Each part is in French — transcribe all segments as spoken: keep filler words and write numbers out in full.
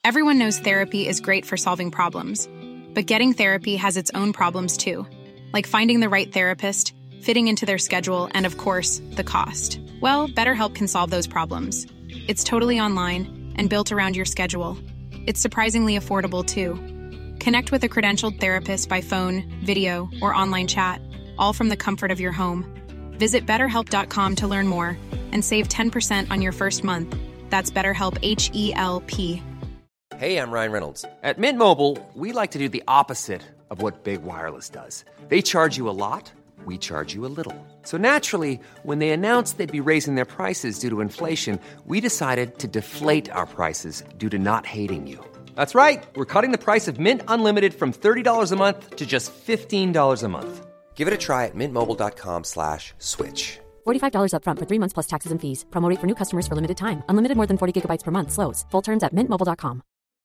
Everyone knows therapy is great for solving problems, but getting therapy has its own problems too, like finding the right therapist, fitting into their schedule, and of course, the cost. Well, BetterHelp can solve those problems. It's totally online and built around your schedule. It's surprisingly affordable too. Connect with a credentialed therapist by phone, video, or online chat, all from the comfort of your home. Visit better help dot com to learn more and save ten percent on your first month. That's BetterHelp, H E L P. Hey, I'm Ryan Reynolds. At Mint Mobile, we like to do the opposite of what Big Wireless does. They charge you a lot, we charge you a little. So naturally, when they announced they'd be raising their prices due to inflation, we decided to deflate our prices due to not hating you. That's right. We're cutting the price of Mint Unlimited from thirty dollars a month to just fifteen dollars a month. Give it a try at mintmobile.com slash switch. forty-five dollars up front for three months plus taxes and fees. Promo rate for new customers for limited time. Unlimited more than forty gigabytes per month. Slows full terms at mint mobile dot com.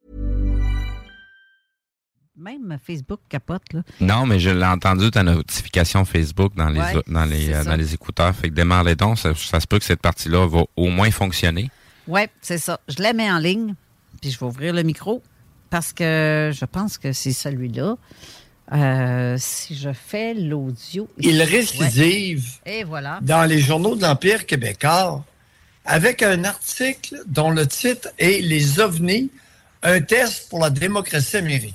Même Facebook capote, là. Non, mais je l'ai entendu, ta notification Facebook dans les, ouais, dans les, euh, dans les écouteurs. Fait que démarre-les donc. Ça, ça se peut que cette partie-là va au moins fonctionner. Oui, c'est ça. Je la mets en ligne, puis je vais ouvrir le micro parce que je pense que c'est celui-là. Euh, si je fais l'audio... Il récidive ouais. Et voilà. dans les journaux de l'Empire québécois avec un article dont le titre est « Les ovnis, un test pour la démocratie américaine ».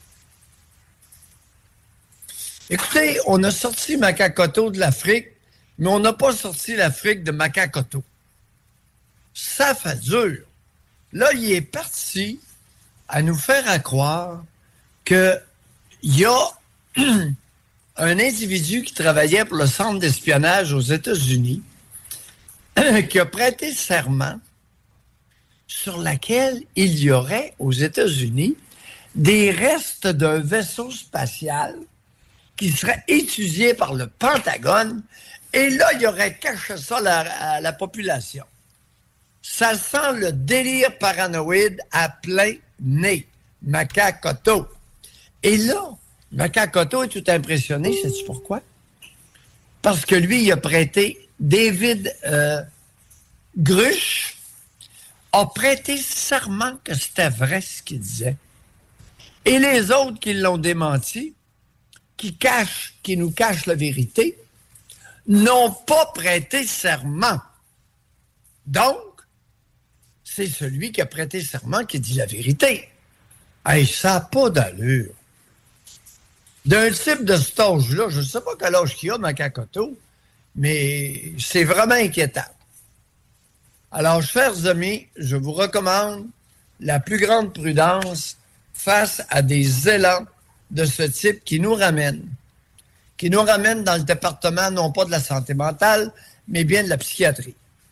Écoutez, on a sorti Makakoto de l'Afrique, mais on n'a pas sorti l'Afrique de Makakoto. Ça fait dur. Là, il est parti à nous faire croire qu'il y a un individu qui travaillait pour le centre d'espionnage aux États-Unis qui a prêté serment sur laquelle il y aurait aux États-Unis des restes d'un vaisseau spatial qui serait étudié par le Pentagone, et là, il aurait caché ça à la, à la population. Ça sent le délire paranoïde à plein nez. Makakoto. Et là, Makakoto est tout impressionné. Sais-tu pourquoi? Parce que lui, il a prêté David euh, Grush a prêté serment que c'était vrai ce qu'il disait. Et les autres qui l'ont démenti, qui cachent, qui nous cachent la vérité, n'ont pas prêté serment. Donc, c'est celui qui a prêté serment qui dit la vérité. Hey, ça n'a pas d'allure. D'un type de cet âge-là, je ne sais pas quel âge qu'il a, Makakoto, mais c'est vraiment inquiétant. Alors, chers amis, je vous recommande la plus grande prudence face à des élans de ce type qui nous ramènent, qui nous ramènent dans le département non pas de la santé mentale, mais bien de la psychiatrie.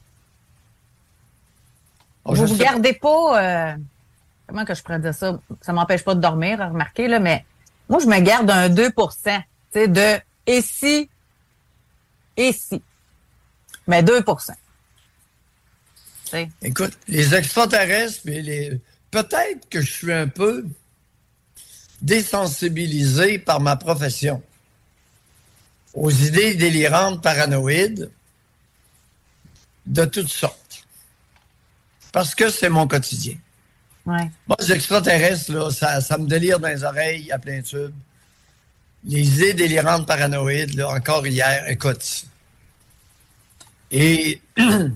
Oh, vous ne gardez pas... Euh, comment que je pourrais dire ça? Ça ne m'empêche pas de dormir, remarquez, là, mais moi, je me garde un deux pour cent, tu sais, de « et si, et si ». Mais deux pour cent. T'sais. Écoute, les extraterrestres, mais les... peut-être que je suis un peu désensibilisé par ma profession aux idées délirantes, paranoïdes, de toutes sortes. Parce que c'est mon quotidien. Ouais. Moi, les extraterrestres, là, ça, ça me délire dans les oreilles à plein tube. Les idées délirantes, paranoïdes, là, encore hier, écoute. Et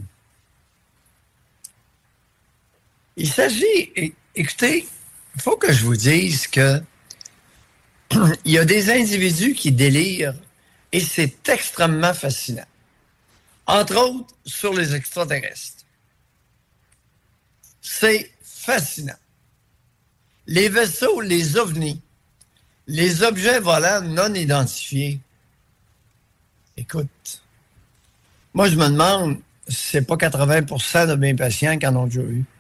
il s'agit, écoutez, il faut que je vous dise que il y a des individus qui délirent et c'est extrêmement fascinant. Entre autres, sur les extraterrestres. C'est fascinant. Les vaisseaux, les ovnis, les objets volants non identifiés. Écoute, moi je me demande si c'est pas quatre-vingts pour cent de mes patients qui en ont déjà eu.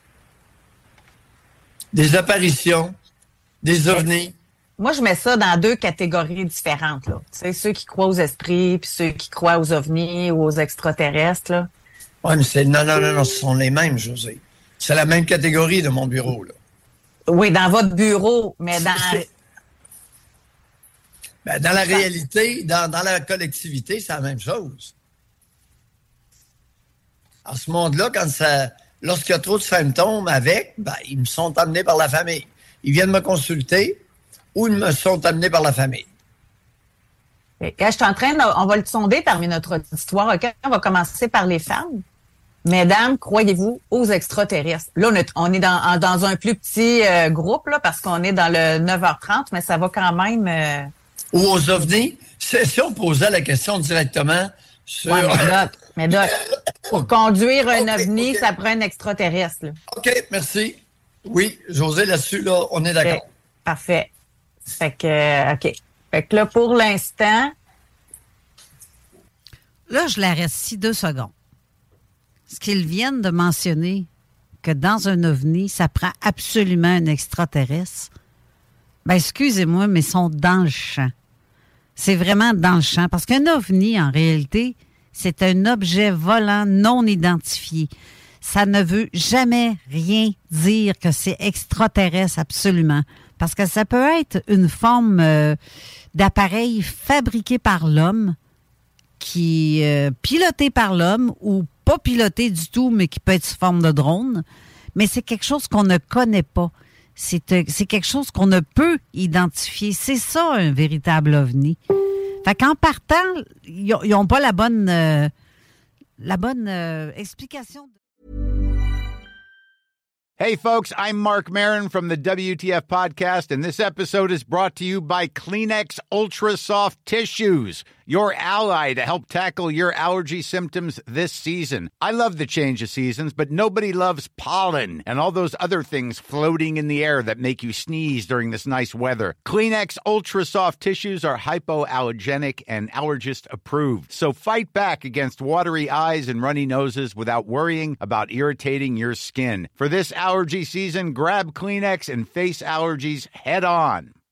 Des apparitions, des ovnis. Moi, je mets ça dans deux catégories différentes, là. Tu sais, ceux qui croient aux esprits, puis ceux qui croient aux ovnis ou aux extraterrestres, là. Oui, mais c'est... Non, non, non, non, ce sont les mêmes, José. C'est la même catégorie de mon bureau, là. Oui, dans votre bureau, mais dans... Ben, dans la réalité, dans, dans la collectivité, c'est la même chose. En ce monde-là, quand ça... lorsqu'il y a trop de symptômes avec, ben, ils me sont amenés par la famille. Ils viennent me consulter ou ils me sont amenés par la famille. Et quand je suis en train de, on va le sonder parmi notre histoire. Okay? On va commencer par les femmes. Mesdames, croyez-vous aux extraterrestres? Là, on est, on est dans, dans un plus petit euh, groupe, là, parce qu'on est dans le neuf heures trente, mais ça va quand même... Euh... Ou aux ovnis? Si, si on posait la question directement sur... Ouais, mais Doc, mais Doc, pour conduire un okay, ovni, okay. ça prend un extraterrestre. Là. OK, merci. Oui, José, là-dessus, là, on est d'accord. Okay, parfait. Fait que, OK. Fait que là, pour l'instant... Là, je l'arrête ici deux secondes. Ce qu'ils viennent de mentionner, que dans un ovni, ça prend absolument un extraterrestre, ben excusez-moi, mais ils sont dans le champ. C'est vraiment dans le champ. Parce qu'un ovni, en réalité, c'est un objet volant non identifié. Ça ne veut jamais rien dire que c'est extraterrestre, absolument. Parce que ça peut être une forme euh, d'appareil fabriqué par l'homme, qui est euh, piloté par l'homme ou pas piloté du tout, mais qui peut être sous forme de drone. Mais c'est quelque chose qu'on ne connaît pas. C'est, euh, c'est quelque chose qu'on ne peut identifier. C'est ça, un véritable ovni. Fait qu'en partant, ils n'ont pas la bonne, euh, la bonne euh, explication. Hey, folks, I'm Mark Maron from the W T F Podcast, and this episode is brought to you by Kleenex Ultra Soft Tissues, your ally to help tackle your allergy symptoms this season. I love the change of seasons, but nobody loves pollen and all those other things floating in the air that make you sneeze during this nice weather. Kleenex Ultra Soft Tissues are hypoallergenic and allergist approved, so fight back against watery eyes and runny noses without worrying about irritating your skin. For this allergy season, grab Kleenex and face allergies head on.